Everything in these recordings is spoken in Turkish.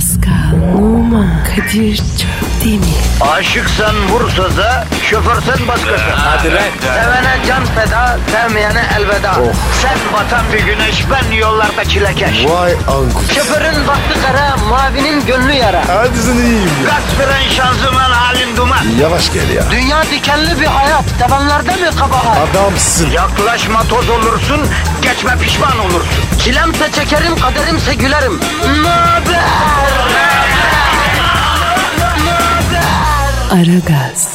Pascal, Oman, Kadir çok değil mi? Aşıksan vursa da, şoförsen başkasın. Hadi lan. Sevene can feda, sevmeyene elveda. Sen batan bir güneş, ben yollarda çilekeş. Vay anku. Şoförün baktı kara, mavinin gönlü yara. Hadi sen iyiyim ya. Kasperen şanzıman halin duman. Yavaş gel ya. Dünya dikenli bir hayat, sevenlerde mi kabahar? Adamsın. Yaklaşma toz olursun, geçme pişman olursun. Çilemse çekerim, kaderimse gülerim. Möber! Aragaz,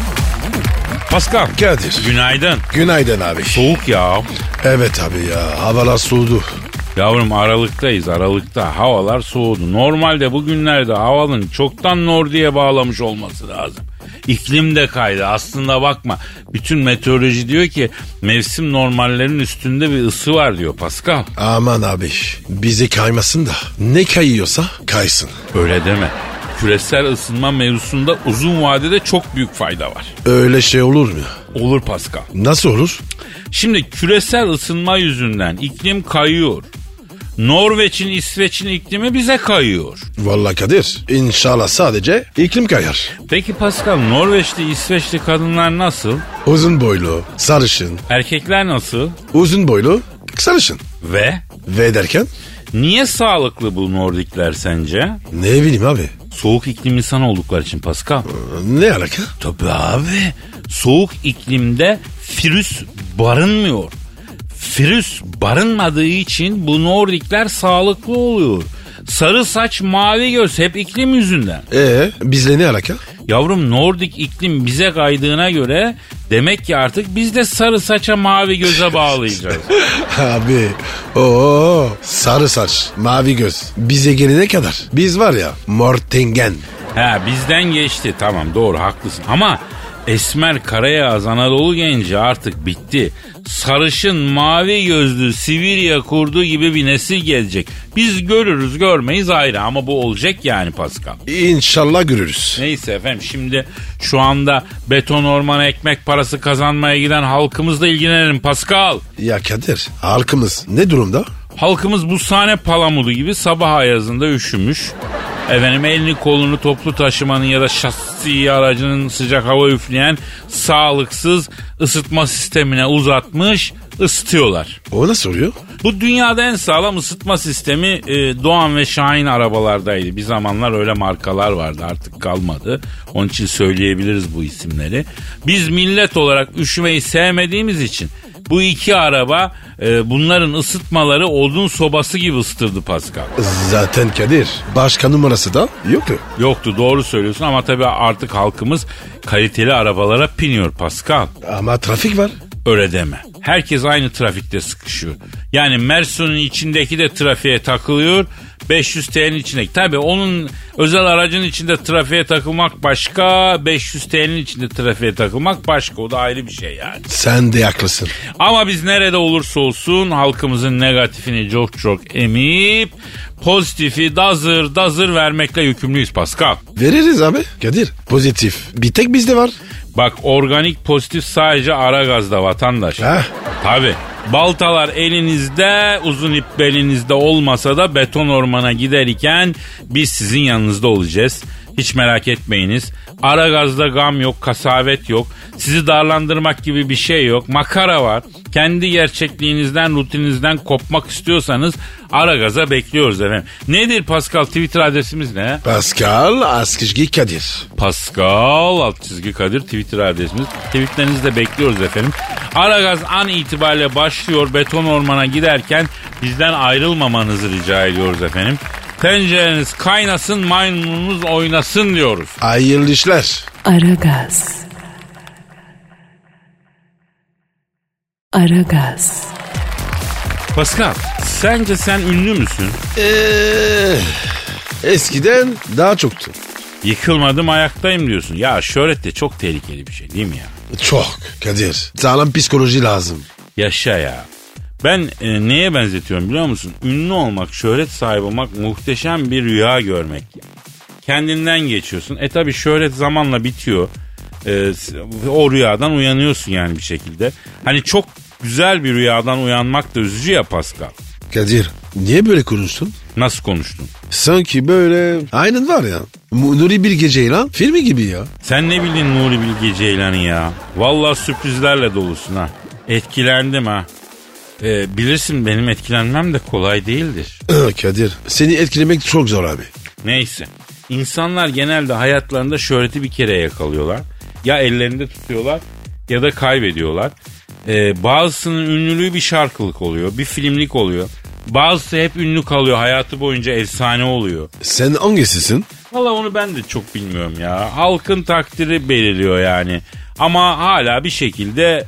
Pascal. Kadir. Günaydın. Günaydın abi. Soğuk ya. Evet abi ya. Havalar soğudu. Yavrum Aralık'tayız. Aralık'ta havalar soğudu. Normalde bugünlerde havanın çoktan Nordi'ye bağlamış olması lazım. İklim de kaydı. Aslında bakma. Bütün meteoroloji diyor ki mevsim normallerinin üstünde bir ısı var diyor Pascal. Aman abi. Bizi kaymasın da. Ne kayıyorsa kaysın. Öyle deme. Küresel ısınma mevzusunda uzun vadede çok büyük fayda var. Öyle şey olur mu? Olur Pascal. Nasıl olur? Şimdi küresel ısınma yüzünden iklim kayıyor. Norveç'in, İsveç'in iklimi bize kayıyor. Vallahi Kadir. İnşallah sadece iklim kayar. Peki Pascal, Norveçli, İsveçli kadınlar nasıl? Uzun boylu, sarışın. Erkekler nasıl? Uzun boylu, sarışın. Ve Ve derken? niye sağlıklı bu Nordikler sence? Ne bileyim abi. Soğuk iklim insan oldukları için Pascal. Ne alaka? Tabii abi. Soğuk iklimde virüs barınmıyor. Virüs barınmadığı için bu Nordikler sağlıklı oluyor. Sarı saç, mavi göz hep iklim yüzünden. Bizle ne alaka? Yavrum Nordik iklim bize kaydığına göre demek ki artık biz de sarı saça, mavi göze bağlayacağız. Abi sarı saç, mavi göz. Bize gelene kadar. Biz var ya Mortingen. Ha, bizden geçti, tamam, doğru, haklısın ama esmer karayağız Anadolu genci artık bitti. Sarışın mavi gözlü Sibirya kurdu gibi bir nesil gelecek. Biz görürüz görmeyiz ayrı ama bu olacak yani Pascal. İnşallah görürüz. Neyse efendim, şimdi şu anda beton ormana ekmek parası kazanmaya giden halkımızla ilgilenelim Pascal. Ya Kadir, halkımız ne durumda? Halkımız bu sahne palamudu gibi sabah ayazında üşümüş. Efendim elini kolunu toplu taşımanın ya da şahsi aracının sıcak hava üfleyen sağlıksız ısıtma sistemine uzatmış, ısıtıyorlar. O nasıl oluyor? Bu dünyada en sağlam ısıtma sistemi Doğan ve Şahin arabalardaydı. Bir zamanlar öyle markalar vardı, artık kalmadı. Onun için söyleyebiliriz bu isimleri. Biz millet olarak üşümeyi sevmediğimiz için bu iki araba bunların ısıtmaları odun sobası gibi ısıtırdı Pascal. Zaten Kadir, başka numarası da yoktu. Yoktu, doğru söylüyorsun ama tabii artık halkımız kaliteli arabalara biniyor Pascal. Ama trafik var. Öyle deme. Herkes aynı trafikte sıkışıyor. Yani Mersun'un içindeki de trafiğe takılıyor. 500 TL'nin içindeki. Tabii onun özel aracın içinde trafiğe takılmak başka. 500 TL'nin içinde trafiğe takılmak başka. O da ayrı bir şey yani. Sen de haklısın. Ama biz nerede olursa olsun halkımızın negatifini çok çok emip pozitifi dazır vermekle yükümlüyüz Pascal. Veririz abi. Kadir, pozitif. Bir tek bizde var. Bak, organik pozitif sadece Aragaz'da vatandaş. Heh. Tabii. Baltalar elinizde, uzun ip belinizde olmasa da beton ormana giderken biz sizin yanınızda olacağız. Hiç merak etmeyiniz. Aragaz'da gam yok, kasavet yok. Sizi darlandırmak gibi bir şey yok. Makara var. Kendi gerçekliğinizden, rutininizden kopmak istiyorsanız Aragaz'a bekliyoruz efendim. Nedir Pascal, Twitter adresimiz ne? Pascal Askışgi Kadir. Pascal _Kadir Twitter adresimiz. Tweetlerinizi de bekliyoruz efendim. Aragaz an itibariyle başlıyor. Beton ormana giderken bizden ayrılmamanızı rica ediyoruz efendim. Tencereniz kaynasın, maymununuz oynasın diyoruz. Hayırlı işler. Aragaz. Aragaz. Pascal, sence sen ünlü müsün? Eskiden daha çoktu. Yıkılmadım ayaktayım diyorsun. Ya şöhret de çok tehlikeli bir şey değil mi ya? Çok Kadir. Sağlam psikoloji lazım. Yaşa ya. Ben neye benzetiyorum biliyor musun? Ünlü olmak, şöhret sahibi olmak muhteşem bir rüya görmek. Kendinden geçiyorsun. Tabi şöhret zamanla bitiyor. O rüyadan uyanıyorsun yani bir şekilde. Hani çok güzel bir rüyadan uyanmak da üzücü ya Pascal. Kadir, Niye böyle konuştun? Nasıl konuştun? Sanki böyle aynen var ya. Nuri Bilge Ceylan filmi gibi ya. Sen ne bildin Nuri Bilge Ceylan'ı ya? Vallahi sürprizlerle dolusun ha. Etkilendim ha. Bilirsin benim etkilenmem de kolay değildir. Kadir seni etkilemek çok zor abi. Neyse. İnsanlar genelde hayatlarında şöhreti bir kere yakalıyorlar. Ya ellerinde tutuyorlar ya da kaybediyorlar. Bazısının ünlülüğü bir şarkılık oluyor, bir filmlik oluyor. Bazısı hep ünlü kalıyor, hayatı boyunca efsane oluyor. Sen hangisisin? Valla onu ben de çok bilmiyorum ya. Halkın takdiri belirliyor yani. Ama hala bir şekilde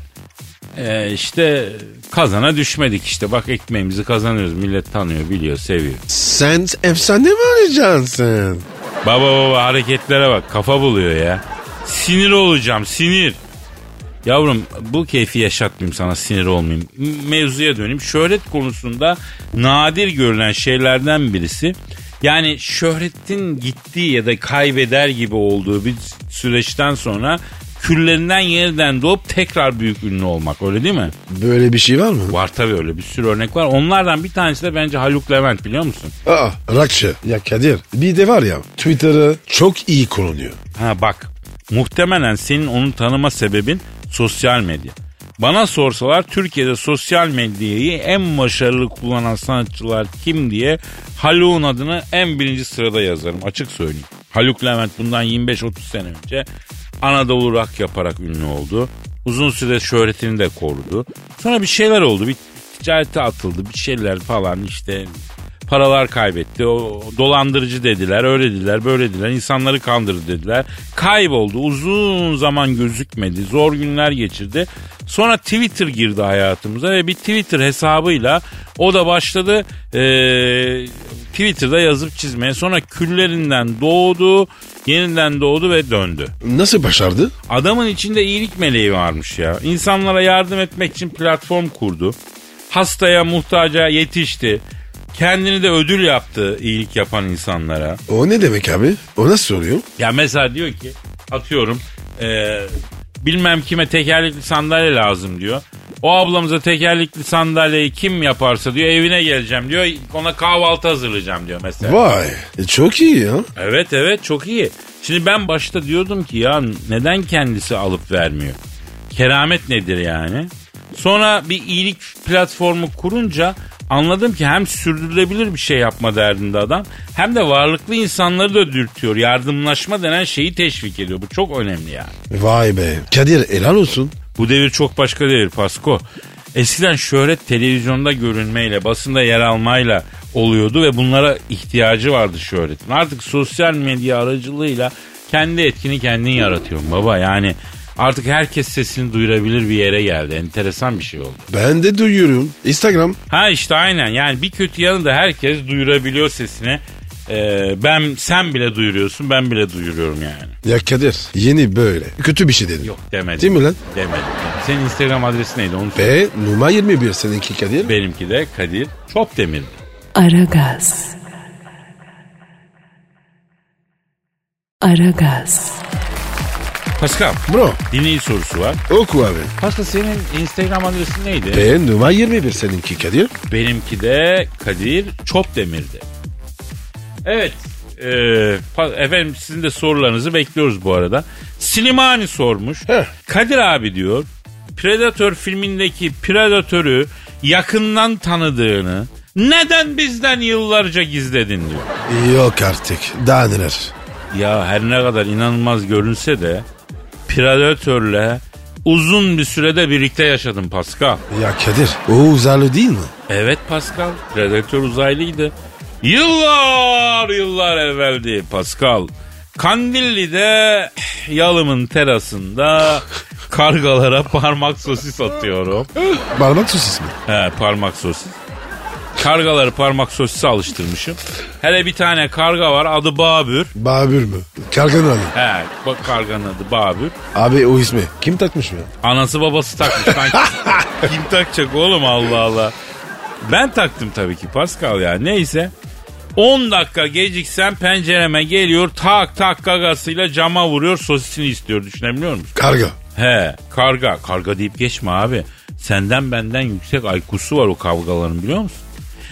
işte kazana düşmedik işte. Bak ekmeğimizi kazanıyoruz. Millet tanıyor, biliyor, seviyor. Sen efsane mi olacaksın? Baba hareketlere bak, kafa buluyor ya. Sinir olacağım, sinir. Yavrum bu keyfi yaşatmayayım sana, sinir olmayayım. Mevzuya döneyim. Şöhret konusunda nadir görülen şeylerden birisi. Yani şöhretin gittiği ya da kaybeder gibi olduğu bir süreçten sonra küllerinden yeniden doğup tekrar büyük ünlü olmak, öyle değil mi? Böyle bir şey var mı? Var tabii, öyle bir sürü örnek var. Onlardan bir tanesi de bence Haluk Levent, biliyor musun? Rakçı. Ya Kadir bir de var ya Twitter'ı çok iyi kullanıyor. Ha bak, muhtemelen senin onu tanıma sebebin sosyal medya. Bana sorsalar Türkiye'de sosyal medyayı en başarılı kullanan sanatçılar kim diye Haluk'un adını en birinci sırada yazarım, açık söyleyeyim. Haluk Levent bundan 25-30 sene önce Anadolu rock yaparak ünlü oldu. Uzun süre şöhretini de korudu. Sonra bir şeyler oldu, bir ticarete atıldı, bir şeyler falan işte... Paralar kaybetti. O dolandırıcı dediler, öyle dediler, böyle dediler. İnsanları kandırdı dediler. Kayboldu. Uzun zaman gözükmedi. Zor günler geçirdi. Sonra Twitter girdi hayatımıza ve bir Twitter hesabıyla o da başladı Twitter'da yazıp çizmeye. Sonra küllerinden doğdu, yeniden doğdu ve döndü. Nasıl başardı? Adamın içinde iyilik meleği varmış ya. İnsanlara yardım etmek için platform kurdu. Hastaya, muhtaca yetişti. Kendini de ödül yaptı iyilik yapan insanlara. O ne demek abi? O nasıl oluyor? Ya mesela diyor ki, atıyorum bilmem kime tekerlekli sandalye lazım diyor. O ablamıza tekerlekli sandalyeyi kim yaparsa diyor evine geleceğim diyor. Ona kahvaltı hazırlayacağım diyor mesela. Vay çok iyi ya. Evet çok iyi. Şimdi ben başta diyordum ki ya neden kendisi alıp vermiyor? Keramet nedir yani? Sonra bir iyilik platformu kurunca anladım ki hem sürdürülebilir bir şey yapma derdinde adam, hem de varlıklı insanları da dürtüyor. Yardımlaşma denen şeyi teşvik ediyor. Bu çok önemli yani. Vay be. Kadir helal olsun. Bu devir çok başka devir Pasko. Eskiden şöhret televizyonda görünmeyle, basında yer almayla oluyordu ve bunlara ihtiyacı vardı şöhretin. Artık sosyal medya aracılığıyla kendi etkini kendin yaratıyorsun baba. Yani artık herkes sesini duyurabilir bir yere geldi. Enteresan bir şey oldu. Ben de duyuyorum. Instagram. Ha işte aynen. Yani bir kötü yanı da herkes duyurabiliyor sesini. Sen bile duyuruyorsun, ben bile duyuruyorum yani. Ya Kadir yeni böyle kötü bir şey dedin. Yok demedim. Değil mi lan? Demedim. Senin Instagram adresi neydi onu söyle. Numara 21 seninki Kadir. Benimki de Kadir Çopdemir. Aragaz. Aragaz. Pascal. Bro. Dinleyici sorusu var. Oku abi. Pascal senin Instagram adresin neydi? Numara 21 seninki Kadir. Benimki de Kadir Çopdemir'di. Evet. Efendim sizin de sorularınızı bekliyoruz bu arada. Slimani sormuş. Kadir abi diyor, Predator filmindeki Predator'u yakından tanıdığını neden bizden yıllarca gizledin diyor. Yok artık. Daha neler. Ya her ne kadar inanılmaz görünse de Predator'la uzun bir sürede birlikte yaşadım Pascal. Ya Kadir o uzaylı değil mi? Evet Pascal, Predator uzaylıydı. Yıllar evveldi Pascal. Kandilli'de yalımın terasında kargalara parmak sosis atıyorum. Parmak sosis mi? He, parmak sosis. Kargaları parmak sosise alıştırmışım. Hele bir tane karga var, adı Babür. Babür mü? Karganın adı. He, bak karganın adı Babür. Abi o ismi kim takmış mı? Anası babası takmış. Kim takacak oğlum, Allah Allah. Ben taktım tabii ki Pascal ya. Neyse. 10 dakika geciksem pencereme geliyor, tak gagasıyla cama vuruyor, sosisini istiyor, düşünebiliyor musun? Karga. He, karga. Karga deyip geçme abi. Senden benden yüksek IQ'su var o kavgaların, biliyor musun?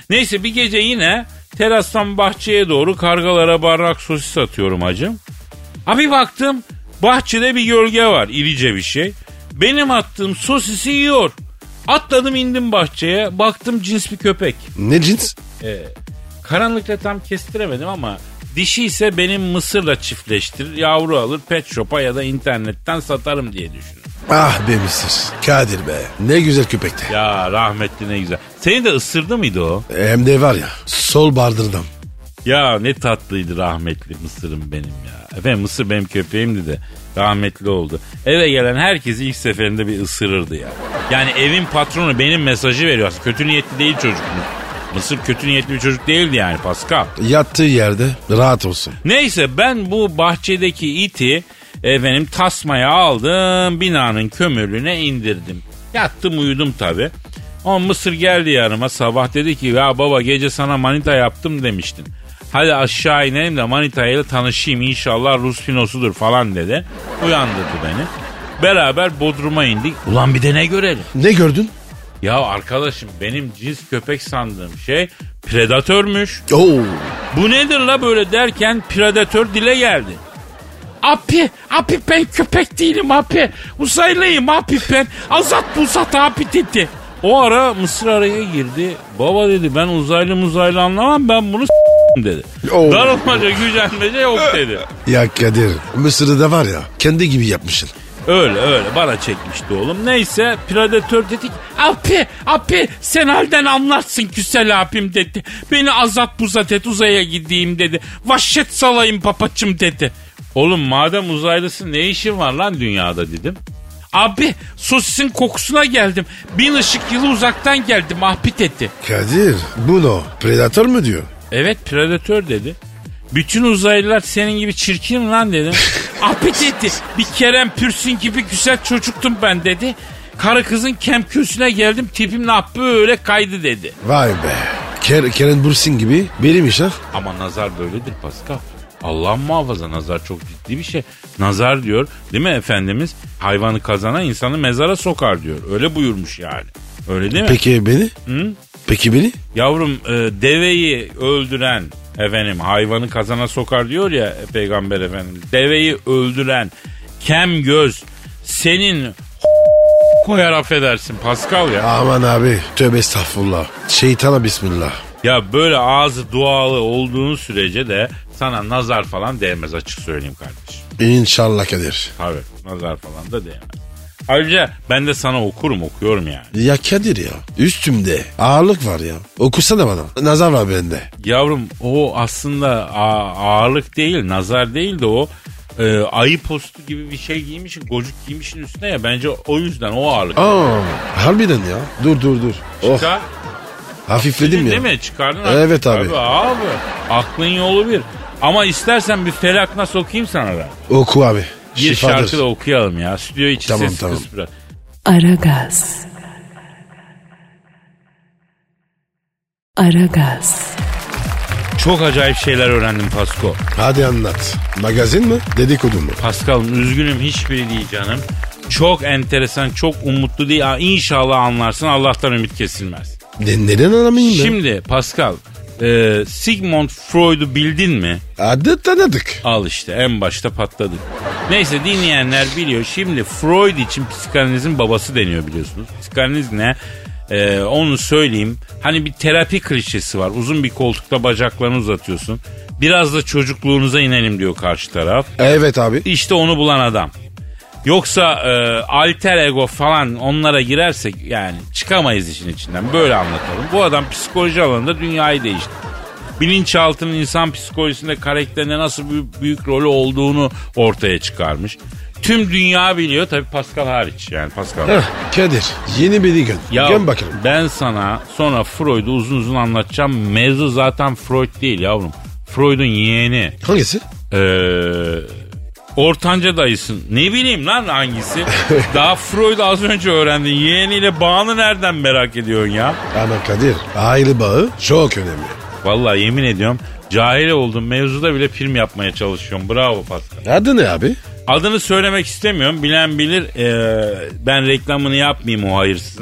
Neyse bir gece yine terastan bahçeye doğru kargalara barrak sosis atıyorum hacım. Abi baktım bahçede bir gölge var, irice bir şey. Benim attığım sosisi yiyor. Atladım indim bahçeye, baktım cins bir köpek. Ne cins? Karanlıkta tam kestiremedim ama dişi ise benim mısırla çiftleştirir, yavru alır, pet shop'a ya da internetten satarım diye düşündüm. Ah be Mısır. Kadir be. Ne güzel köpekti. Ya rahmetli ne güzel. Seni de ısırdı mıydı o? Hem de var ya, sol bardırdan. Ya ne tatlıydı rahmetli Mısır'ım benim ya. Efendim Mısır benim köpeğimdi de rahmetli oldu. Eve gelen herkesi ilk seferinde bir ısırırdı ya. Yani evin patronu benim mesajı veriyor. Kötü niyetli değil çocuk. Mısır kötü niyetli bir çocuk değildi yani Pascal. Yattığı yerde rahat olsun. Neyse ben bu bahçedeki iti tasmaya aldım, binanın kömürlüğüne indirdim. Yattım uyudum tabii. O Mısır geldi yanıma sabah, dedi ki ya baba gece sana manita yaptım demiştin. Hadi aşağı inelim de manitayla tanışayım, inşallah Rus finosudur falan dedi. Uyandırdı beni. Beraber Bodrum'a indik. Ulan bir de ne görelim? Ne gördün? Ya arkadaşım benim cins köpek sandığım şey predatörmüş. Oo. Bu nedir la böyle derken predatör dile geldi. Abi ben köpek değilim abi. Uzaylıyım abi ben. Azat buzat abi dedi. O ara Mısır araya girdi. Baba dedi ben uzaylı anlamam, ben bunu dedi. Darılmaca gücenmece yok dedi. Ya Kadir, Mısır'ı da var ya kendi gibi yapmışsın. Öyle bana çekmişti oğlum. Neyse predatör dedik. Abi sen halden anlarsın güzel abim dedi. Beni azat buzat et uzaya gideyim dedi. Vahşet salayım papaçım dedi. Oğlum madem uzaylısın ne işin var lan dünyada dedim. Abi sosisin kokusuna geldim. 1000 ışık yılı uzaktan geldim abi dedi. Kadir bunu predatör mü diyor? Evet predatör dedi. Bütün uzaylılar senin gibi çirkin mi lan dedim. Abi dedi bir Kerem Pürsün gibi güzel çocuktum ben dedi. Karı kızın kemküsüne geldim, tipim ne yaptı böyle kaydı dedi. Vay be. Kerem Bürsin gibi biriymiş ha. Ama nazar böyledir Pascal. Allah muhafaza, nazar çok ciddi bir şey. Nazar diyor değil mi Efendimiz? Hayvanı kazana insanı mezara sokar diyor. Öyle buyurmuş yani. Öyle değil mi? Peki beni? Hı? Peki beni? Yavrum deveyi öldüren hayvanı kazana sokar diyor ya Peygamber Efendimiz. Deveyi öldüren kem göz senin koyar affedersin Pascal ya. Aman abi tövbe estağfurullah. Şeytana bismillah. Ya böyle ağzı dualı olduğun sürece de sana nazar falan değmez, açık söyleyeyim kardeşim. İnşallah Kadir. Tabii nazar falan da değmez. Ayrıca ben de sana okuyorum yani. Ya Kadir ya üstümde ağırlık var ya. Okusana bana. Nazar var bende. Yavrum o aslında ağırlık değil, nazar değil de o ayı postu gibi bir şey giymişsin, gocuk giymişsin üstüne ya, bence o yüzden o ağırlık. Harbiden ya. Dur. Çıkar. Hafifledim ya. Değil mi? Çıkardın. Evet abi. Abi aklın yolu bir. Ama istersen bir felak nasıl okuyayım sana ben. Oku abi. Bir Şifadır. şarkı da okuyalım ya. Stüdyo içi Tamam, ses tamam. kıs biraz. Aragaz. Çok acayip şeyler öğrendim Pasko. Hadi anlat. Magazin mi? Dedikodu mu? Paskal'ım üzgünüm, hiçbiri değil canım. Çok enteresan, çok umutlu değil. İnşallah anlarsın, Allah'tan ümit kesilmez. Neden anlamayayım ben? Şimdi Pascal, Sigmund Freud'u bildin mi? Adı tanıdık. Al işte en başta patladık. Neyse dinleyenler biliyor. Şimdi Freud için psikanalizin babası deniyor biliyorsunuz. Psikanaliz ne? Onu söyleyeyim. Hani bir terapi klişesi var. Uzun bir koltukta bacaklarını uzatıyorsun. Biraz da çocukluğunuza inelim diyor karşı taraf. Evet abi. İşte onu bulan adam. Yoksa alter ego falan onlara girersek yani çıkamayız işin içinden. Böyle anlatalım. Bu adam psikoloji alanında dünyayı değiştirdi. Bilinçaltının insan psikolojisinde karakterinde nasıl büyük rolü olduğunu ortaya çıkarmış. Tüm dünya biliyor tabii Pascal hariç yani Pascal. Kadir yeni biri gön. Ya Gön bakalım. ben sana sonra Freud'u uzun anlatacağım. Mevzu zaten Freud değil yavrum. Freud'un yeğeni. Hangisi? Ortanca dayısın. Ne bileyim lan hangisi? Daha Freud'u az önce öğrendin. Yeğeniyle bağını nereden merak ediyorsun ya? Ama Kadir aile bağı çok önemli. Vallahi yemin ediyorum cahil olduğum mevzuda bile film yapmaya çalışıyorum. Bravo Pascal. Adı ne abi? Adını söylemek istemiyorum. Bilen bilir. Ben reklamını yapmayayım o hayırsızın.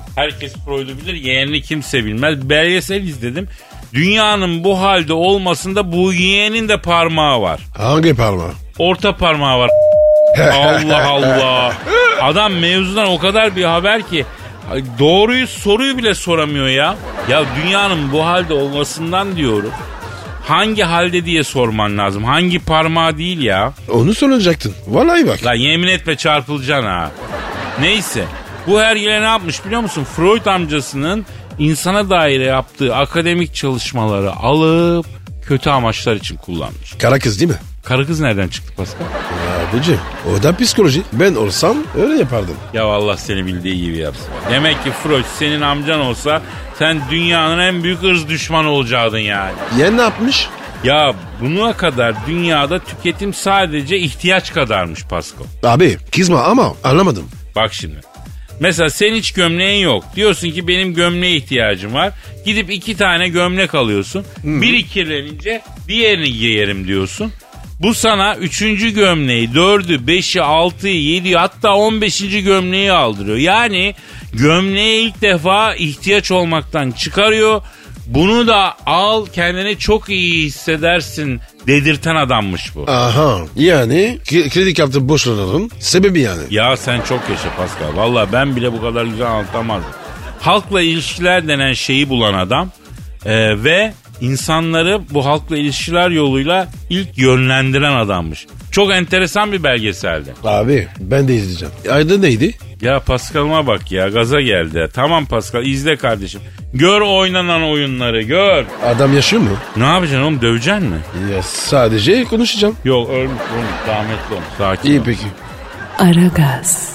Herkes Freud'u bilir, yeğenini kimse bilmez. Belgesel izledim. Dünyanın bu halde olmasında bu yeğenin de parmağı var. Hangi parmağı? Orta parmağı var. Allah Allah. Adam mevzudan o kadar bir haber ki doğruyu soruyu bile soramıyor ya. Ya dünyanın bu halde olmasından diyorum. Hangi halde diye sorman lazım. Hangi parmağı değil ya. Onu soracaktın. Vallahi bak. La yemin etme çarpılacaksın ha. Neyse. Bu hergele ne yapmış biliyor musun? Freud amcasının insana dair yaptığı akademik çalışmaları alıp kötü amaçlar için kullanmış. Kara kız değil mi? Karı kız nereden çıktı Pascal? Abicim o da psikoloji. Ben olsam öyle yapardım. Ya Allah seni bildiği gibi yapsın. Demek ki Freud senin amcan olsa sen dünyanın en büyük ırz düşmanı olacaktın yani. Ya ne yapmış? Ya buna kadar dünyada tüketim sadece ihtiyaç kadarmış Pascal. Abi kızma ama anlamadım. Bak şimdi. Mesela senin hiç gömleğin yok. Diyorsun ki benim gömleğe ihtiyacım var. Gidip 2 tane gömlek alıyorsun. Biri kirlenince diğerini giyerim diyorsun. Bu sana 3. gömleği, 4'ü, 5'i, 6'yı, 7'yi hatta 15. gömleği aldırıyor. Yani gömleği ilk defa ihtiyaç olmaktan çıkarıyor. Bunu da al kendini çok iyi hissedersin dedirten adammış bu. Aha yani kredi kartı borçlarının sebebi yani. Ya sen çok yaşa Pascal. Vallahi ben bile bu kadar güzel anlatamazdım. Halkla ilişkiler denen şeyi bulan adam ve insanları bu halkla ilişkiler yoluyla ilk yönlendiren adammış. Çok enteresan bir belgeseldi. Abi ben de izleyeceğim. Adı neydi? Ya Pascal'ıma bak ya gaza geldi. Tamam Pascal izle kardeşim. Gör oynanan oyunları gör. Adam yaşıyor mu? Ne yapacaksın oğlum döveceksin mi? Ya sadece konuşacağım. Yok ölmüş rahmetli olmuş. Sakin İyi ol. peki. Aragaz.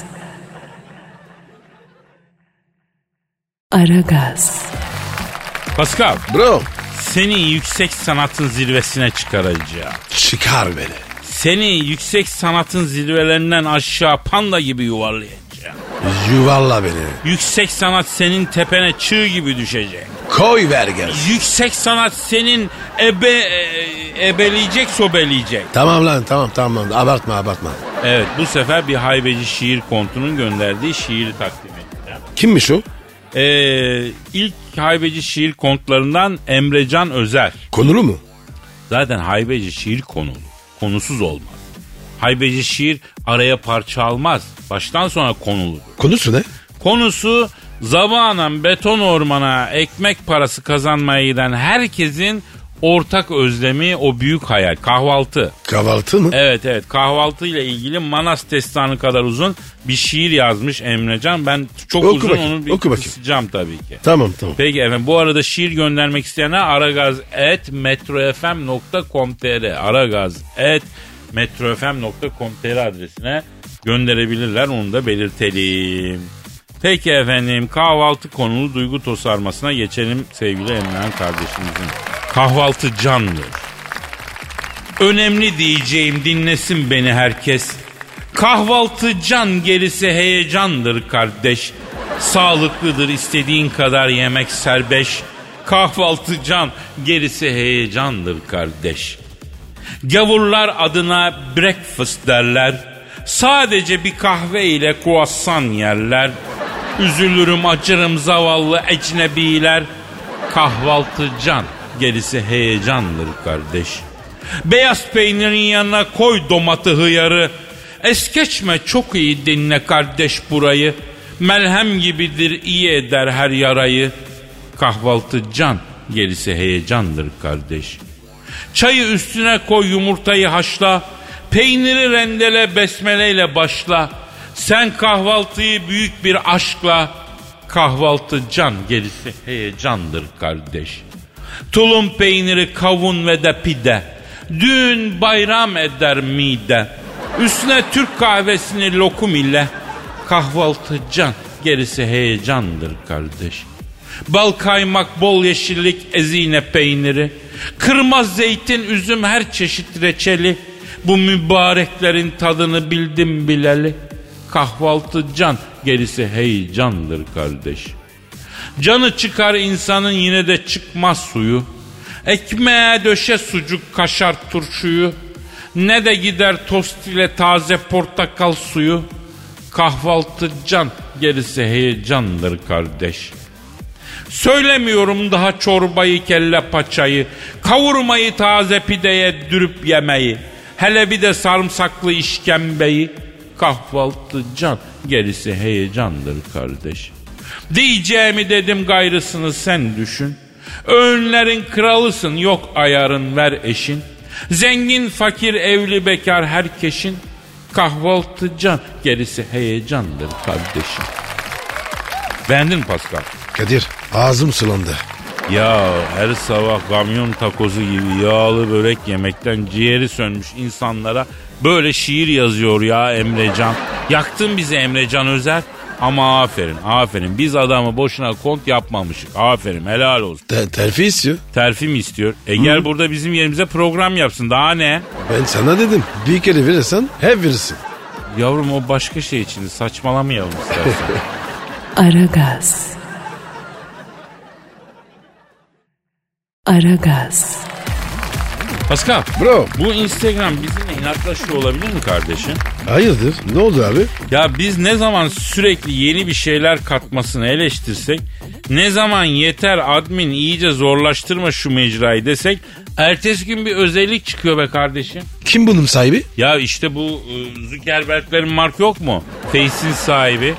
Aragaz. Pascal Bro. seni yüksek sanatın zirvesine çıkaracağım. Çıkar beni. Seni yüksek sanatın zirvelerinden aşağı panda gibi yuvarlayacağım. Yuvarla beni. Yüksek sanat senin tepene çığ gibi düşecek. Koy ver gel. Yüksek sanat senin ebeleyecek sobeleyecek. Tamam lan tamam. Abartma. Evet bu sefer bir haybeci şiir kontunun gönderdiği şiiri takdim edeceğim. Kimmiş o? İlk haybeci şiir kontlarından Emrecan Özer. Konulu mu? Zaten haybeci şiir konulu. Konusuz olmaz. Haybeci şiir araya parça almaz. Baştan sonra konuludur. Konusu ne? Konusu zabanan beton ormana ekmek parası kazanmaya giden herkesin ortak özlemi o büyük hayal. Kahvaltı. Kahvaltı mı? Evet kahvaltı ile ilgili Manas destanı kadar uzun bir şiir yazmış Emrecan. Ben çok Oku uzun bakayım, onu bir oku bakayım. kısacağım tabii ki. Tamam. Peki efendim bu arada şiir göndermek isteyenler aragaz@metrofm.com.tr aragaz@metrofm.com.tr adresine gönderebilirler. Onu da belirtelim. Peki efendim kahvaltı konulu duygu tosarmasına geçelim sevgili Emrehan kardeşimizin. Kahvaltı candır. Önemli diyeceğim dinlesin beni herkes. Kahvaltı can gerisi heyecandır kardeş. Sağlıklıdır istediğin kadar yemek serbest. Kahvaltı can gerisi heyecandır kardeş. Gavurlar adına breakfast derler. Sadece bir kahve ile kruvasan yerler. Üzülürüm acırım zavallı ecnebiler. Kahvaltı can gerisi heyecandır kardeş. Beyaz peynirin yanına koy domatı hıyarı. Es geçme çok iyi dinle kardeş burayı. Melhem gibidir iyi eder her yarayı. Kahvaltı can gerisi heyecandır kardeş. Çayı üstüne koy yumurtayı haşla. Peyniri rendele besmeleyle başla. Sen kahvaltıyı büyük bir aşkla. Kahvaltı can gerisi heyecandır kardeş. Tulum peyniri kavun ve de pide. Düğün bayram eder mide. Üstüne Türk kahvesini lokum ile. Kahvaltı can gerisi heyecandır kardeş. Bal kaymak bol yeşillik ezine peyniri. Kırmaz zeytin üzüm her çeşit reçeli. Bu mübareklerin tadını bildim bileli. Kahvaltı can gerisi heyecandır kardeş. Canı çıkar insanın yine de çıkmaz suyu. Ekmeğe döşe sucuk kaşar turşuyu. Ne de gider tost ile taze portakal suyu. Kahvaltı can, gerisi heyecandır kardeş. Söylemiyorum daha çorbayı, kelle paçayı, kavurmayı, taze pideye dürüp yemeyi, hele bir de sarımsaklı işkembeyi. Kahvaltı can, gerisi heyecandır kardeş. Diyeceğimi dedim, gayrısını sen düşün. Öğünlerin kralısın, yok ayarın, ver eşin. Zengin, fakir, evli, bekar herkesin. Kahvaltı can, gerisi heyecandır kardeşim. Beğendin mi Pascal? Kadir ağzım sulandı. Ya her sabah kamyon takozu gibi yağlı börek yemekten ciğeri sönmüş insanlara böyle şiir yazıyor ya Emrecan. Yaktın bizi Emrecan Özer. Ama aferin. Biz adamı boşuna kont yapmamışık. Aferin, helal olsun. Terfi istiyor. Terfi mi istiyor? Gel burada bizim yerimize program yapsın. Daha ne? Ben sana dedim. Bir kere verirsen hep verirsin. Yavrum o başka şey için. Saçmalamayalım istersen. Aragaz. Pascal. Bro. Bu Instagram bizimle inatlaşıyor olabilir mi kardeşim? Hayırdır? Ne oldu abi? Ya biz ne zaman sürekli yeni bir şeyler katmasını eleştirsek, ne zaman yeter admin iyice zorlaştırma şu mecrayı desek, ertesi gün bir özellik çıkıyor be kardeşim. Kim bunun sahibi? Ya işte bu Zuckerberg'lerin mark yok mu? Face'in sahibi.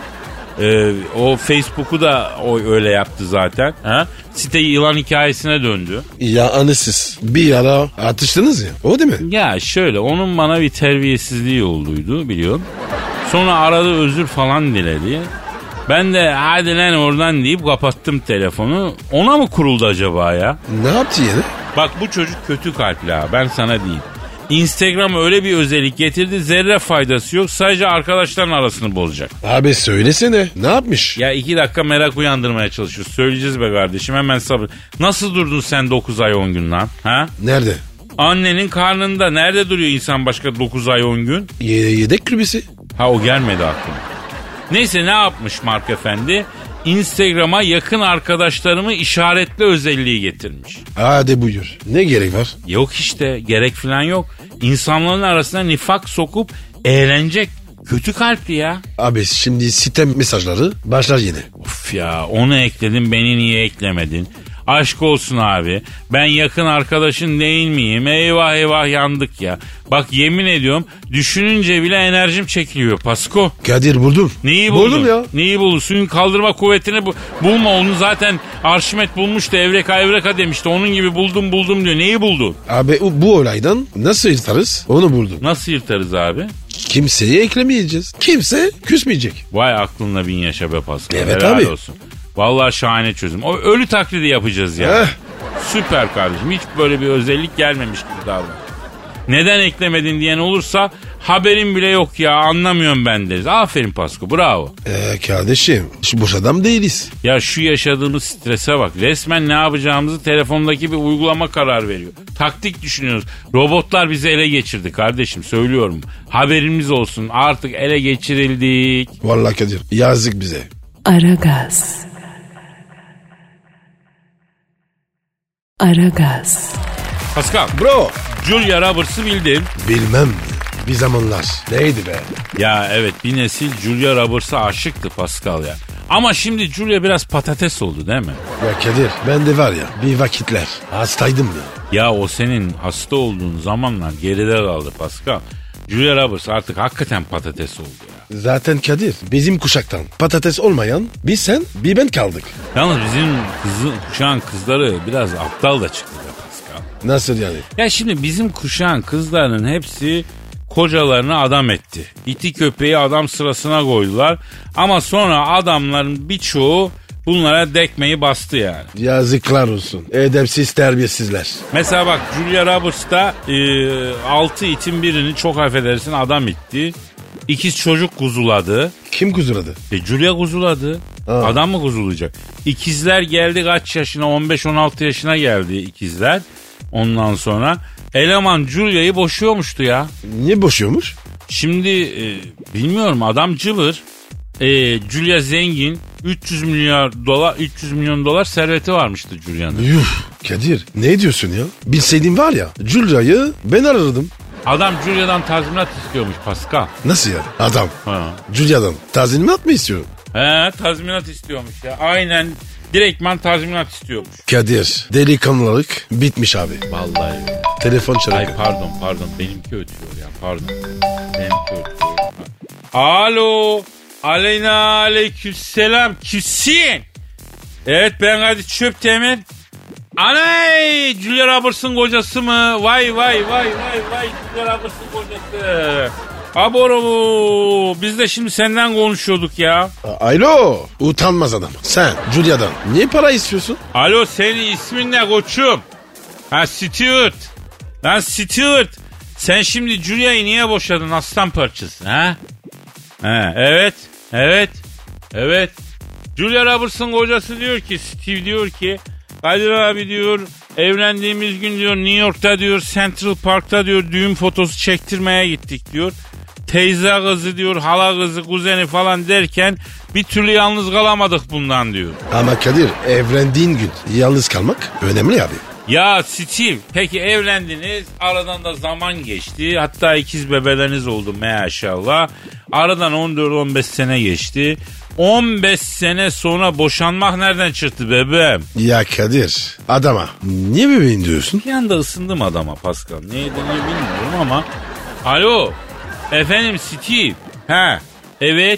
O Facebook'u da o öyle yaptı zaten. Ha? Site yılan hikayesine döndü. Ya anısız. Bir ara atıştınız ya. O değil mi? Ya şöyle, onun bana bir terbiyesizliği olduydu biliyorum. Sonra aradı, özür falan diledi. Ben de hadi lan oradan deyip kapattım telefonu. Ona mı kuruldu acaba ya? Ne yaptı yine? Bak bu çocuk kötü kalpli ha, ben sana diyeyim. Instagram öyle bir özellik getirdi, zerre faydası yok, sadece arkadaşların arasını bozacak. Abi söylesene, ne yapmış? Ya 2 dakika merak uyandırmaya çalışıyoruz. Söyleyeceğiz be kardeşim, hemen sabır. Nasıl durdun sen 9 ay 10 gün lan? Ha? Nerede? Annenin karnında nerede duruyor insan başka 9 ay 10 gün? Yedek kulübesi. Ha, o gelmedi aklıma. Neyse, ne yapmış Mark Efendi? Instagram'a yakın arkadaşlarımı işaretli özelliği getirmiş. Hadi buyur. Ne gerek var? Yok işte, gerek falan yok. İnsanların arasına nifak sokup eğlenecek. Kötü kalpli ya. Abi şimdi sitem mesajları başlar yine. Of ya, onu ekledin, beni niye eklemedin? Aşk olsun abi. Ben yakın arkadaşın değil miyim? Eyvah yandık ya. Bak yemin ediyorum, düşününce bile enerjim çekiliyor Pasko. Kadir buldum. Neyi buldun? Buldum ya. Neyi buldun? Suyun kaldırma kuvvetini bulma. Onu zaten Arşimet bulmuştu. Evreka demişti. Onun gibi buldum diyor. Neyi buldun? Abi bu olaydan nasıl yırtarız? Onu buldum. Nasıl yırtarız abi? Kimseyi eklemeyeceğiz. Kimse küsmeyecek. Vay aklınla bin yaşa be Pascal. Evet helal abi. olsun. Vallahi şahane çözüm. O ölü taklidi yapacağız ya. Süper kardeşim. Hiç böyle bir özellik gelmemiş gibi davran. Neden eklemedin diyen olursa haberim bile yok ya, anlamıyorum ben deriz. Aferin Pasko, bravo. Kardeşim şu boş adam değiliz. Ya şu yaşadığımız strese bak. Resmen ne yapacağımızı telefondaki bir uygulama karar veriyor. Taktik düşünüyoruz. Robotlar bizi ele geçirdi kardeşim, söylüyorum. Haberimiz olsun, artık ele geçirildik. Vallahi Kadir yazık bize. Aragaz. Pascal, Bro. Julia Roberts'ı bildin. Bilmem bir zamanlar. Neydi be? Ya evet, bir nesil Julia Roberts'a aşıktı Pascal ya. Ama şimdi Julia biraz patates oldu değil mi? Ya Kadir ben de var ya bir vakitler hastaydım ya. Ya o senin hasta olduğun zamanlar geride kaldı Pascal. Julia Roberts artık hakikaten patates oldu ya. Zaten Kadir bizim kuşaktan patates olmayan bir sen bir ben kaldık. Yalnız bizim kuşağın kızları biraz aptal da çıktı be Pascal. Nasıl yani? Ya şimdi bizim kuşağın kızlarının hepsi kocalarını adam etti. İti köpeği adam sırasına koydular. Ama sonra adamların birçoğu bunlara dekmeyi bastı yani. Yazıklar olsun. Edepsiz terbiyesizler. Mesela bak, Julia Roberts da 6 itin birini, çok affedersin, adam itti. 2 çocuk kuzuladı. Kim kuzuladı? Julia kuzuladı. Adam mı kuzulayacak? İkizler geldi kaç yaşına? 15-16 yaşına geldi ikizler. Ondan sonra eleman Julia'yı boşuyormuştu ya. Niye boşuyormuş? Şimdi bilmiyorum, adam cıvır. Julia zengin. 300 milyon dolar serveti varmıştı Julia'nın. Yuh Kadir ne diyorsun ya? Bilseydim var ya Julia'yı ben arardım. Adam Julia'dan tazminat istiyormuş Pascal. Nasıl yani? Adam. Ha. Julia'dan tazminat mı istiyor? He, tazminat istiyormuş ya. Aynen direktman tazminat istiyormuş. Kadir, delikanlılık bitmiş abi. Vallahi. Telefon çalıyor. Ay pardon benimki ötüyor ya pardon. Benimki ötüyor. Alo. Aleyna aleykümselam. Kimsin? Evet ben Kadir Çöptemir. Anay Julia Roberts'ın kocası mı? Vay Julia Roberts'ın kocası. Aboro biz de şimdi senden konuşuyorduk ya. Alo, utanmaz adam. Sen Julia'dan niye para istiyorsun? Alo senin ismin ne koçum? Ha Stuart. Lan Stuart. Sen şimdi Julia'yı niye boşadın aslan parçası ha? Ha evet. Julia Roberts'ın kocası diyor ki Steve diyor ki Kadir abi diyor evlendiğimiz gün diyor New York'ta diyor Central Park'ta diyor düğün fotosu çektirmeye gittik diyor. Teyze kızı diyor hala kızı kuzeni falan derken bir türlü yalnız kalamadık bundan diyor. Ama Kadir evlendiğin gün yalnız kalmak önemli abi. Ya Steve peki evlendiniz aradan da zaman geçti hatta ikiz bebeleriniz oldu maşallah. Aradan 14-15 sene geçti. 15 sene sonra boşanmak nereden çıktı bebeğim? Ya Kadir adama niye bebeğin diyorsun? Bir anda ısındım adama Pascal. Ne deniyor bilmiyorum ama. Alo efendim Steve. Ha evet.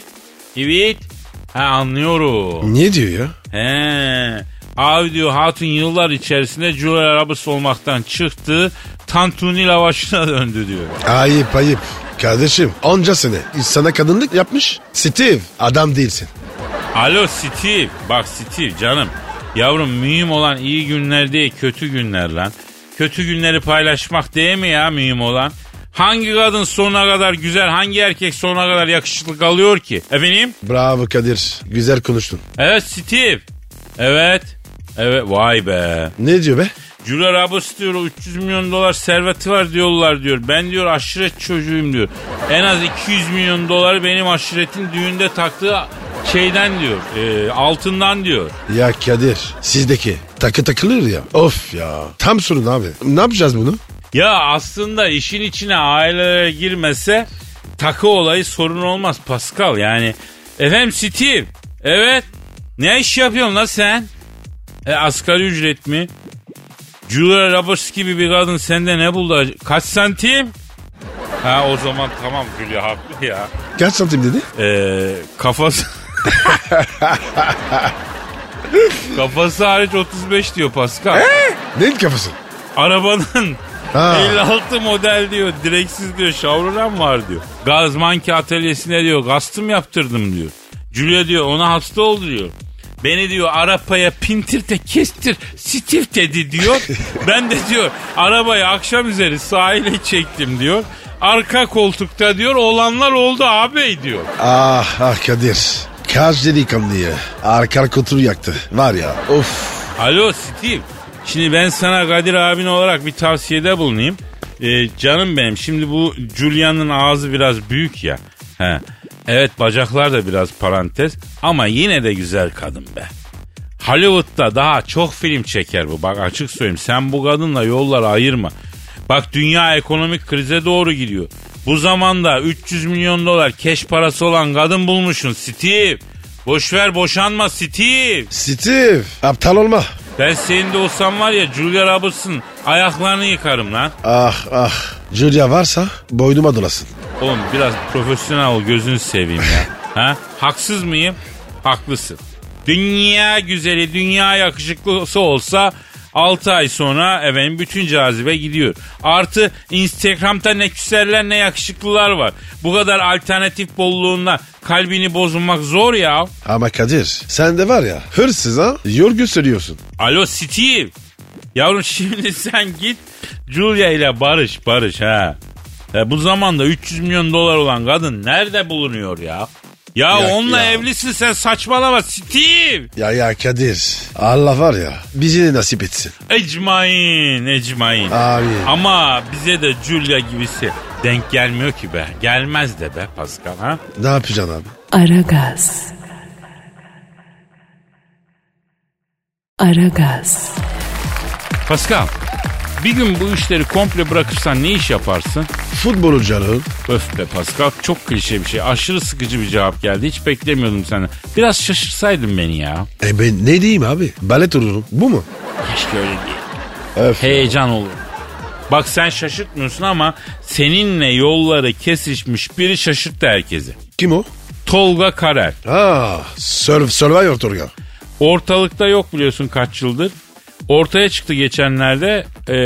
Ha anlıyorum. Ne diyor ya? He. Abi diyor hatun yıllar içerisinde Julia Roberts olmaktan çıktı. Tantuni lavaşına döndü diyor. Ayıp. Kardeşim onca sene sana kadınlık yapmış. Steve adam değilsin. Alo Steve. Bak Steve canım. Yavrum mühim olan iyi günler değil kötü günler lan. Kötü günleri paylaşmak değil mi ya mühim olan? Hangi kadın sonuna kadar güzel hangi erkek sonuna kadar yakışıklı kalıyor ki? Efendim? Bravo Kadir güzel konuştun. Evet Steve. Evet vay be. Ne diyor be? Julia Roberts diyor 300 milyon dolar serveti var diyorlar diyor. Ben diyor aşiret çocuğuyum diyor. En az 200 milyon doları benim aşiretin düğünde taktığı şeyden diyor. Altından diyor. Ya Kadir sizdeki takı takılır ya. Of ya tam sorun abi. Ne yapacağız bunu? Ya aslında işin içine ailelere girmese takı olayı sorun olmaz Pascal. Yani efendim Steve. Evet. Ne iş yapıyorsun lan sen? Asgari ücret mi? Julia Roberts gibi bir kadın sende ne buldu? Kaç santim? Ha o zaman tamam Julia haklı ya. Kaç santim dedi? Kafası... Kafası hariç 35 diyor Pascal. Neyin kafası? Arabanın 56 model diyor. Direksiz diyor. Şavruran var diyor. Gazmanki atölyesine diyor. Kastım yaptırdım diyor. Julia diyor ona hasta oldu diyor. Beni diyor arabaya pintirte kestir Steve dedi diyor. Ben de diyor arabayı akşam üzeri sahile çektim diyor. Arka koltukta diyor olanlar oldu abi diyor. Ah Kadir. Kaç delikanlıyı arka koltuğu yaktı. Var ya of. Alo Steve. Şimdi ben sana Kadir abin olarak bir tavsiyede bulunayım. Canım benim şimdi bu Julia'nın ağzı biraz büyük ya. He. Evet bacaklar da biraz parantez ama yine de güzel kadın be. Hollywood'da daha çok film çeker bu. Bak açık söyleyeyim sen bu kadınla yolları ayırma. Bak dünya ekonomik krize doğru gidiyor. Bu zamanda 300 milyon dolar keş parası olan kadın bulmuşsun Steve. Boşver boşanma Steve. Steve aptal olma. Ben senin de olsam var ya Julia Roberts'ın ayaklarını yıkarım lan. Ah Julia varsa boynuma dolasın. Oğlum biraz profesyonel ol gözünü seveyim ya. Ha? Haksız mıyım? Haklısın. Dünya güzeli, dünya yakışıklısı olsa 6 ay sonra efendim bütün cazibe gidiyor. Artı Instagram'da ne güzeller ne yakışıklılar var. Bu kadar alternatif bolluğunda kalbini bozulmak zor ya. Ama Kadir sen de var ya hırsız ha yol gösteriyorsun. Alo Steve. Yavrum şimdi sen git Julia ile barış ha. Bu zamanda 300 milyon dolar olan kadın nerede bulunuyor ya? Ya onunla evlisin sen saçmalama Steve. Ya Kadir Allah var ya bizi de nasip etsin. Ecmain. Abi. Ama bize de Julia gibisi denk gelmiyor ki be. Gelmez de be Pascal ha. Ne yapacaksın abi? Aragaz. Pascal Bir gün bu işleri komple bırakırsan ne iş yaparsın? Futbolu canım. Öf be Pascal, çok klişe bir şey. Aşırı sıkıcı bir cevap geldi. Hiç beklemiyordum senden. Biraz şaşırsaydın beni ya. Ben ne diyeyim abi? Balet olurum. Bu mu? Keşke öyle değil. Öf. Heyecan olur. Bak sen şaşırtmıyorsun ama seninle yolları kesişmiş biri şaşırttı herkesi. Kim o? Tolga Karel. Survivor Tolga. Ortalıkta yok biliyorsun kaç yıldır. Ortaya çıktı geçenlerde.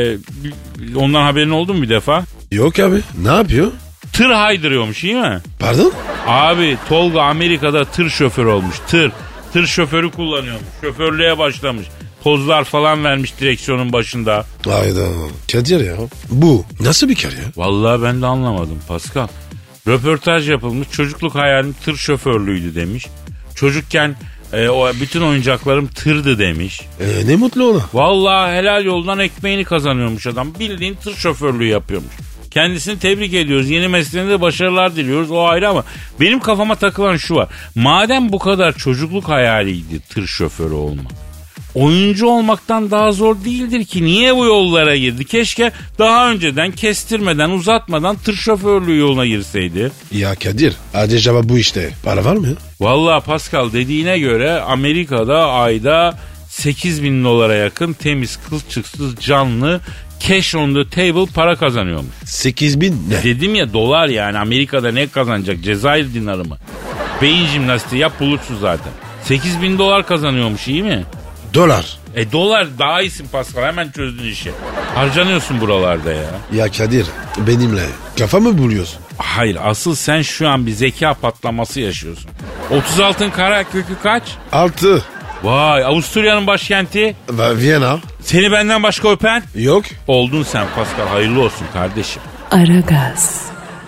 Ondan haberin oldu mu bir defa? Yok abi. Ne yapıyor? Tır haydırıyormuş, iyi mi? Pardon? Abi Tolga Amerika'da tır şoförü olmuş. Tır şoförü kullanıyormuş. Şoförlüğe başlamış. Pozlar falan vermiş direksiyonun başında. Hayda. Kadir ya. Bu nasıl bir kar ya? Vallahi ben de anlamadım Pascal. Röportaj yapılmış, çocukluk hayalim tır şoförlüğüydü demiş. Çocukken o bütün oyuncaklarım tırdı demiş. Ne mutlu ona. Vallahi helal yoldan ekmeğini kazanıyormuş adam. Bildiğin tır şoförlüğü yapıyormuş. Kendisini tebrik ediyoruz. Yeni mesleğinde de başarılar diliyoruz. O ayrı ama benim kafama takılan şu var. Madem bu kadar çocukluk hayaliydi tır şoförü olmak, oyuncu olmaktan daha zor değildir ki. Niye bu yollara girdi? Keşke daha önceden kestirmeden, uzatmadan tır şoförlüğü yoluna girseydi. Ya Kadir, acaba bu işte para var mı? Vallahi Pascal, dediğine göre Amerika'da ayda $8.000 yakın temiz, kılçıksız, canlı, cash on the table para kazanıyormuş. 8.000 ne? Dedim ya, dolar yani. Amerika'da ne kazanacak? Cezayir dinarı mı? Beyin jimnastiği yap bulursun zaten. $8.000 kazanıyormuş, iyi mi? Dolar. Dolar daha iyisin Pascal, hemen çözdün işi. Harcanıyorsun buralarda ya. Ya Kadir, benimle kafa mı buluyorsun? Hayır, asıl sen şu an bir zeka patlaması yaşıyorsun. 36'ın kara kökü kaç? 6. Vay, Avusturya'nın başkenti. Viyana. Seni benden başka öpen? Yok. Oldun sen Pascal, hayırlı olsun kardeşim. Aragaz.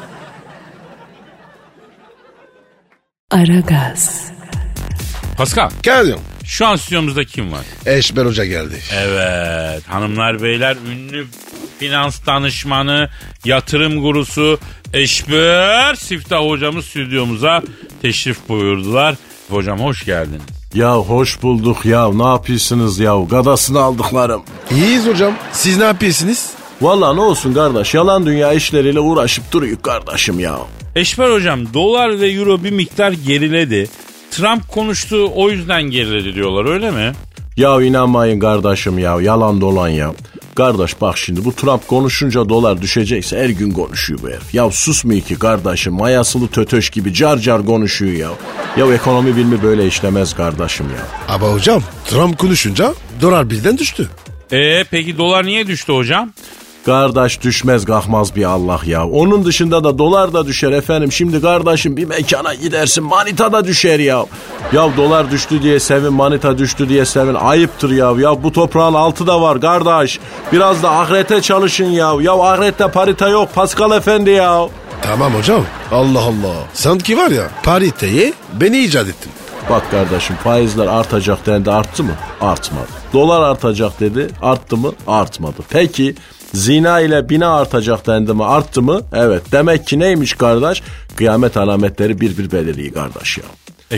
Aragaz. Pascal, Kadir. şu an stüdyomuzda kim var? Eşber Hoca geldi. Evet, hanımlar beyler, ünlü finans danışmanı, yatırım gurusu Eşber Siftah hocamız stüdyomuza teşrif buyurdular. Hocam hoş geldiniz. Ya hoş bulduk ya, ne yapıyorsunuz ya, gadasını aldıklarım. İyiyiz hocam. Siz ne yapıyorsunuz? Vallahi ne olsun kardeş, yalan dünya işleriyle uğraşıp duruyor kardeşim ya. Eşber hocam, dolar ve euro bir miktar geriledi. Trump konuştu, o yüzden geriledi diyorlar, öyle mi? Ya inanmayın kardeşim ya, yalan dolan ya. Kardeş bak şimdi, bu Trump konuşunca dolar düşecekse her gün konuşuyor bu herif. Ya susmuyor ki kardeşim, mayasılı tötöş gibi car car konuşuyor ya. Ya ekonomi bilimi böyle işlemez kardeşim ya. Ama hocam, Trump konuşunca dolar birden düştü. Peki dolar niye düştü hocam? Kardeş düşmez kalkmaz bir Allah ya. Onun dışında da dolar da düşer efendim. Şimdi kardeşim bir mekana gidersin, manita da düşer ya. Ya dolar düştü diye sevin, manita düştü diye sevin. Ayıptır ya. Ya bu toprağın altı da var kardeş. Biraz da ahirete çalışın ya. Ya ahirette parita yok Pascal efendi ya. Tamam hocam. Allah Allah. Sanki var ya, pariteyi beni icat ettin. Bak kardeşim, faizler artacak dendi, arttı mı? Artmadı. Dolar artacak dedi, arttı mı? Artmadı. Peki zina ile bina artacak dendi mi? Arttı mı? Evet. Demek ki neymiş kardeş? Kıyamet alametleri bir belirliyor kardeş ya.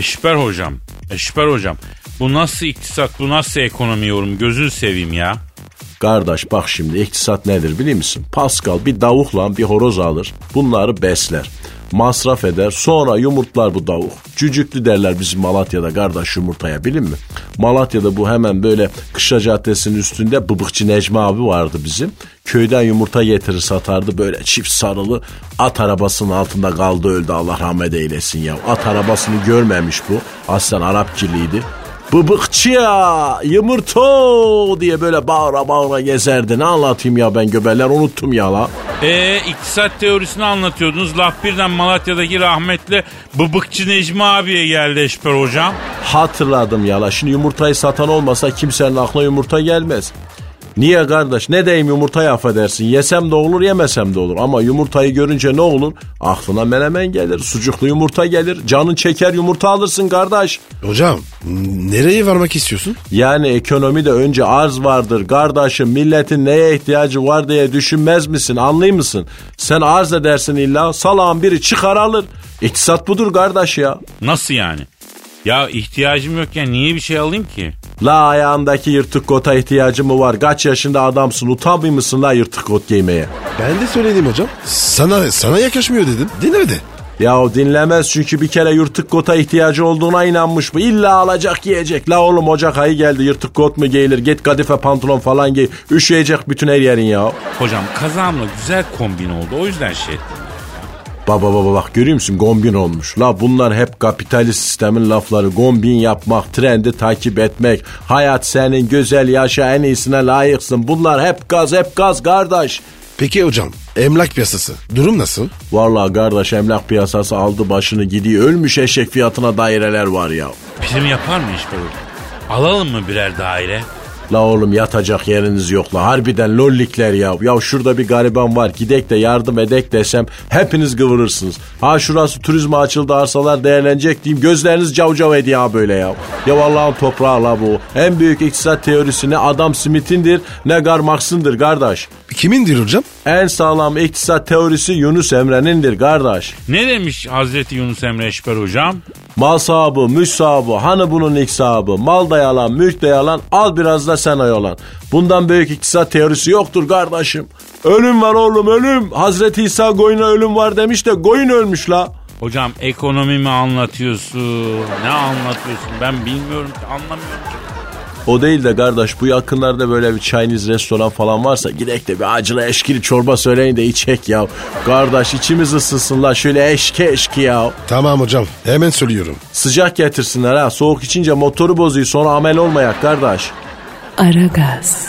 Eşber hocam. Bu nasıl iktisat, bu nasıl ekonomi yorumu, gözünü seveyim ya. Kardeş bak şimdi, iktisat nedir biliyor musun? Pascal bir tavukla bir horoz alır, bunları besler, masraf eder, sonra yumurtlar bu tavuk. Cücüklü derler bizim Malatya'da kardeş yumurtaya, bilin mi? Malatya'da bu hemen böyle Kışla Caddesi'nin üstünde Bıbıkçı Necmi abi vardı bizim. Köyden yumurta getirir satardı, böyle çift sarılı, at arabasının altında kaldı, öldü Allah rahmet eylesin ya. At arabasını görmemiş bu, aslen Arapçılıydı. Bıbıkçı ya, yumurta diye böyle bağıra gezerdi. Ne anlatayım ya ben, göbeler unuttum ya la. İktisat teorisini anlatıyordunuz. Laf birden Malatya'daki rahmetli Bıbıkçı Necmi abiye geldi Eşber hocam. Hatırladım ya la. Şimdi yumurtayı satan olmasa kimsenin aklına yumurta gelmez. Niye kardeş? Ne diyeyim, yumurtayı affedersin. Yesem de olur, yemesem de olur. Ama yumurtayı görünce ne olur? Aklına menemen gelir, sucuklu yumurta gelir. Canın çeker, yumurta alırsın kardeş. Hocam, nereye varmak istiyorsun? Yani ekonomide önce arz vardır kardeşim. Milletin neye ihtiyacı var diye düşünmez misin? Anlıyor musun? Sen arz edersin illa, salağın biri çıkar alır. İktisat budur kardeş ya. Nasıl yani? Ya ihtiyacım yokken niye bir şey alayım ki? La ayağındaki yırtık kota ihtiyacı mı var? Kaç yaşında adamsın, utanmıyor musun la yırtık kot giymeye? Ben de söyledim hocam. Sana yakışmıyor dedim. Dinlemedi. Ya dinlemez çünkü bir kere yırtık kota ihtiyacı olduğuna inanmış bu. İlla alacak giyecek. La oğlum Ocak ayı geldi, yırtık kot mu giyilir? Git kadife pantolon falan giy. Üşüyecek bütün her yerin ya. Hocam kazağımla güzel kombin oldu, o yüzden şey ettim. Baba bak görüyor musun, kombin olmuş. La bunlar hep kapitalist sistemin lafları. Kombin yapmak, trendi takip etmek. Hayat senin, güzel yaşa, en iyisine layıksın. Bunlar hep gaz kardeş. Peki hocam, emlak piyasası durum nasıl? Vallahi kardeş, emlak piyasası aldı başını gidiyor. Ölmüş eşek fiyatına daireler var ya. Bizim yapar mı iş böyle? Alalım mı birer daire? La oğlum yatacak yeriniz yok la. Harbiden lollikler ya. Ya şurada bir gariban var. Gidek de yardım edek desem hepiniz kıvırırsınız. Ha şurası turizme açıldı, arsalar değerlenecek diyeyim. Gözleriniz cavcav ediyor ha böyle ya. Ya Allah'ın toprağı la bu. En büyük iktisat teorisi ne Adam Smith'indir ne Karl Marx'ındır kardeş. Kimindir hocam? En sağlam iktisat teorisi Yunus Emre'nindir kardeş. Ne demiş Hazreti Yunus Emre Eşber hocam? Mal sahibi, mülk sahibi, hani bunun ilk sahibi, mal da yalan, mülk de yalan, al biraz da sen oyalan. Bundan büyük iktisat teorisi yoktur kardeşim. Ölüm var oğlum, ölüm. Hazreti İsa koyuna ölüm var demiş de koyun ölmüş la. Hocam ekonomi mi anlatıyorsun? Ne anlatıyorsun? Ben bilmiyorum ki, anlamıyorum ki. O değil de kardeş, bu yakınlarda böyle bir Chinese restoran falan varsa gidek de bir acılı eşkili çorba söyleyin de içek ya. Kardeş içimiz ısınsın la, şöyle eşki ya. Tamam hocam, hemen söylüyorum. Sıcak getirsinler ha, soğuk içince motoru bozuyor, sonra amel olmayak kardeş. Aragaz.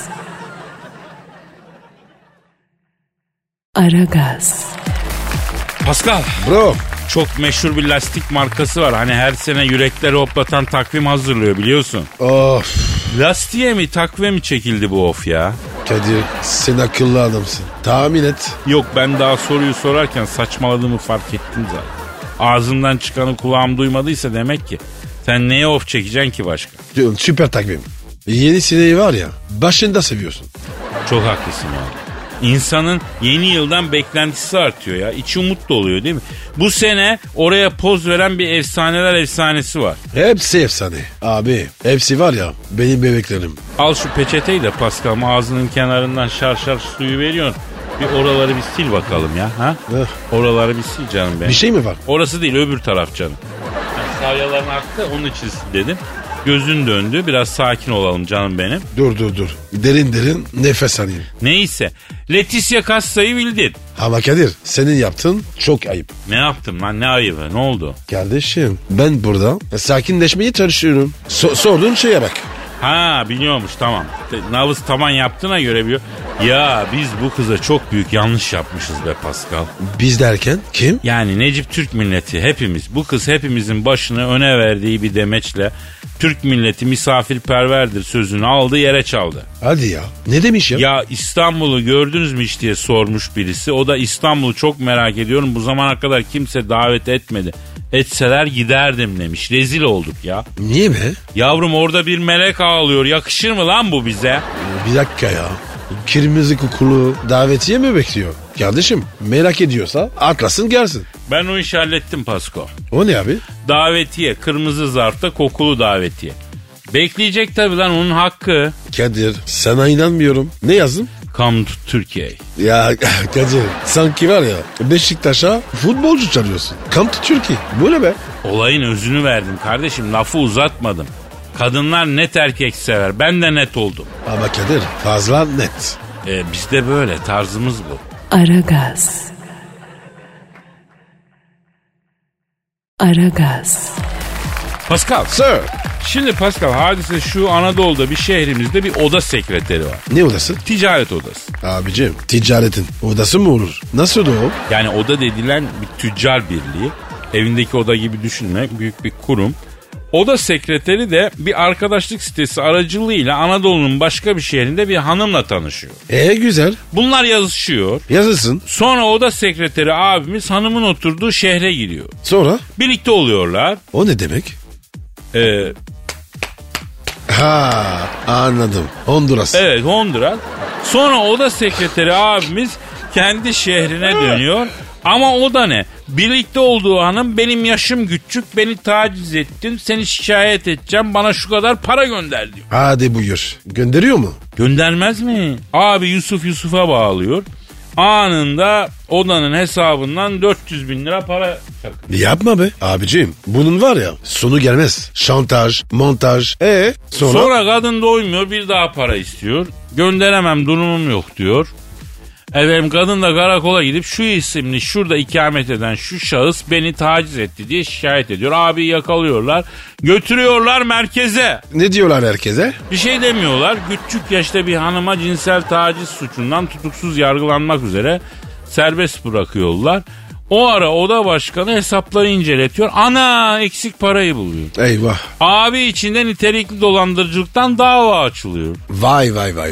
Pascal. Bro. Çok meşhur bir lastik markası var. Hani her sene yürekleri hoplatan takvim hazırlıyor, biliyorsun. Of. Lastiğe mi takviye mi çekildi bu of ya? Kadir, sen akıllı adamsın. Tahmin et. Yok, ben daha soruyu sorarken saçmaladığımı fark ettim zaten. Ağzımdan çıkanı kulağım duymadıysa demek ki. Sen neye of çekeceksin ki başka? Süper takvim. Yeni seneyi var ya, başında seviyorsun. Çok haklısın abi. İnsanın yeni yıldan beklentisi artıyor ya. İçi umut doluyor değil mi? Bu sene oraya poz veren bir efsaneler efsanesi var. Hepsi efsane. Abi, hepsi var ya, benim bebeklerim. Al şu peçeteyi de Pascal, ağzının kenarından şar suyu veriyorsun. Bir oraları bir sil bakalım ya. Ha? Oraları bir sil canım benim. Bir şey mi var? Orası değil, öbür taraf canım. Yani salyaların aktı, onun için sil dedim. Gözün döndü, biraz sakin olalım canım benim. Dur. Derin nefes alayım. Neyse, Leticia Cassa'yı bildin. Ama Kadir, senin yaptığın çok ayıp. Ne yaptım lan, ne ayıbı, ne oldu? Kardeşim, ben burada sakinleşmeye çalışıyorum. Sorduğun şeye bak. Ha, biliyormuş, tamam. Nabız taban yaptığına göre biliyor. Ya biz bu kıza çok büyük yanlış yapmışız be Pascal. Biz derken kim? Yani Necip Türk milleti, hepimiz. Bu kız hepimizin başını öne verdiği bir demeçle Türk milleti misafirperverdir sözünü aldı, yere çaldı. Hadi ya, ne demiş ya? Ya İstanbul'u gördünüz mü hiç diye sormuş birisi. O da İstanbul'u çok merak ediyorum, bu zamana kadar kimse davet etmedi. Etseler giderdim demiş. Rezil olduk ya. Niye be? Yavrum, orada bir melek ağlıyor. Yakışır mı lan bu bize? Bir dakika ya. Kırmızı kokulu davetiye mi bekliyor? Kardeşim, merak ediyorsa atlasın gelsin. Ben o işi hallettim Pasko. O ne abi? Davetiye, kırmızı zarfta kokulu davetiye. Bekleyecek tabii lan, onun hakkı. Kadir, sana inanmıyorum. Ne yazdın? Come to Türkiye. Ya Kadir, sanki var ya Beşiktaş'a futbolcu çağırıyorsun. Come to Türkiye. Bu ne be? Olayın özünü verdim kardeşim, lafı uzatmadım. Kadınlar net erkek sever, ben de net oldum. Ama Kadir, fazla net. Bizde böyle, tarzımız bu. Aragaz. Pascal. Sir. Şimdi Pascal, hadise şu: Anadolu'da bir şehrimizde bir oda sekreteri var. Ne odası? Ticaret odası. Abicim, ticaretin odası mı olur? Nasıl da o? Yani oda dedilen bir tüccar birliği. Evindeki oda gibi düşünme, büyük bir kurum. Oda sekreteri de bir arkadaşlık sitesi aracılığıyla Anadolu'nun başka bir şehrinde bir hanımla tanışıyor. Güzel. Bunlar yazışıyor. Yazılsın. Sonra oda sekreteri abimiz hanımın oturduğu şehre gidiyor. Sonra? Birlikte oluyorlar. O ne demek? Anladım. Honduras. Evet, Honduras. Sonra oda sekreteri abimiz kendi şehrine dönüyor. Ama o da ne? Birlikte olduğu hanım benim yaşım küçük, beni taciz ettin, seni şikayet edeceğim, bana şu kadar para gönder diyor. Hadi buyur. Gönderiyor mu? Göndermez mi? Abi Yusuf'a bağlıyor. Anında odanın hesabından 400 bin lira para çakıyor. Yapma be. Abicim bunun var ya sonu gelmez. Şantaj, montaj. Sonra? Kadın doymuyor, bir daha para istiyor. Gönderemem, durumum yok diyor. Efendim kadın da karakola gidip şu isimli şurada ikamet eden şu şahıs beni taciz etti diye şikayet ediyor. Abi yakalıyorlar, götürüyorlar merkeze. Ne diyorlar herkese? Bir şey demiyorlar. Küçük yaşta bir hanıma cinsel taciz suçundan tutuksuz yargılanmak üzere serbest bırakıyorlar. O ara oda başkanı hesapları inceletiyor. Ana eksik parayı buluyor. Eyvah. Abi içinde nitelikli dolandırıcılıktan dava açılıyor. Vay.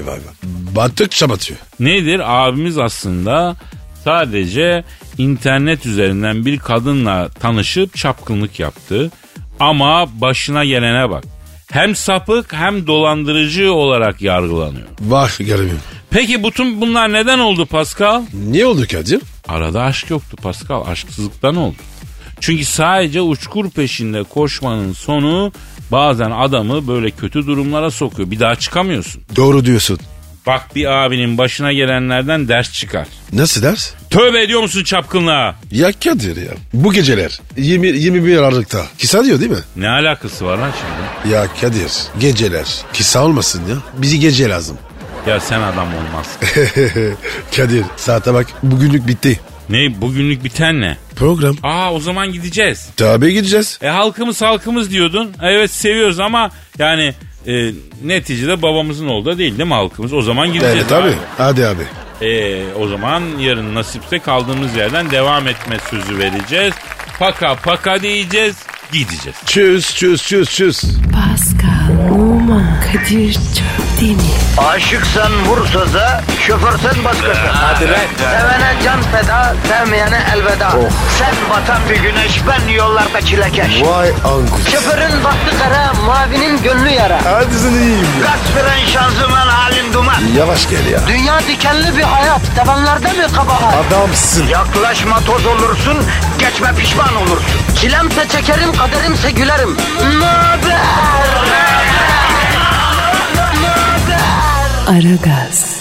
Battıkça batıyor. Nedir? Abimiz aslında sadece internet üzerinden bir kadınla tanışıp çapkınlık yaptı. Ama başına gelene bak. Hem sapık hem dolandırıcı olarak yargılanıyor. Vah garibim. Peki bütün bunlar neden oldu Pascal? Niye oldu Kadir? Arada aşk yoktu Pascal. Aşksızlıktan oldu. Çünkü sadece uçkur peşinde koşmanın sonu bazen adamı böyle kötü durumlara sokuyor. Bir daha çıkamıyorsun. Doğru diyorsun. Bak bir abinin başına gelenlerden ders çıkar. Nasıl ders? Tövbe ediyor musun çapkınlığa? Ya Kadir ya. Bu geceler 21 Aralık'ta kısa diyor değil mi? Ne alakası var lan şimdi? Ya Kadir geceler kısa olmasın ya. Bizi gece lazım. Ya sen adam olmazsın. Kadir saate bak bugünlük bitti. Ne bugünlük biten ne? Program. O zaman gideceğiz. Tabii gideceğiz. Halkımız diyordun. Evet seviyoruz ama yani neticede babamızın oğlu da değil mi halkımız? O zaman gideceğiz. Evet tabii. Hadi abi. O zaman yarın nasipse kaldığımız yerden devam etme sözü vereceğiz. Paka diyeceğiz, gideceğiz. Çüz. Pascal, Oman, Kadir çok değil mi? Aşıksan vursa da, şoförsen başkasın. Hadi lan. Sevene can feda, sevmeyene elveda. Sen batan bir güneş, ben yollarda çilekeş. Vay anku. Şoförün baktı kara, mavinin gönlü yara. Hadi sen iyiyim ya. Kasperen şanzıman halin duman. Yavaş gel ya. Dünya dikenli bir hayat, sevenlerde mi kabahar? Adamsın. Yaklaşma toz olursun, geçme pişman olursun. Çilemse çekerim, kaderimse gülerim. Möber! Aragaz.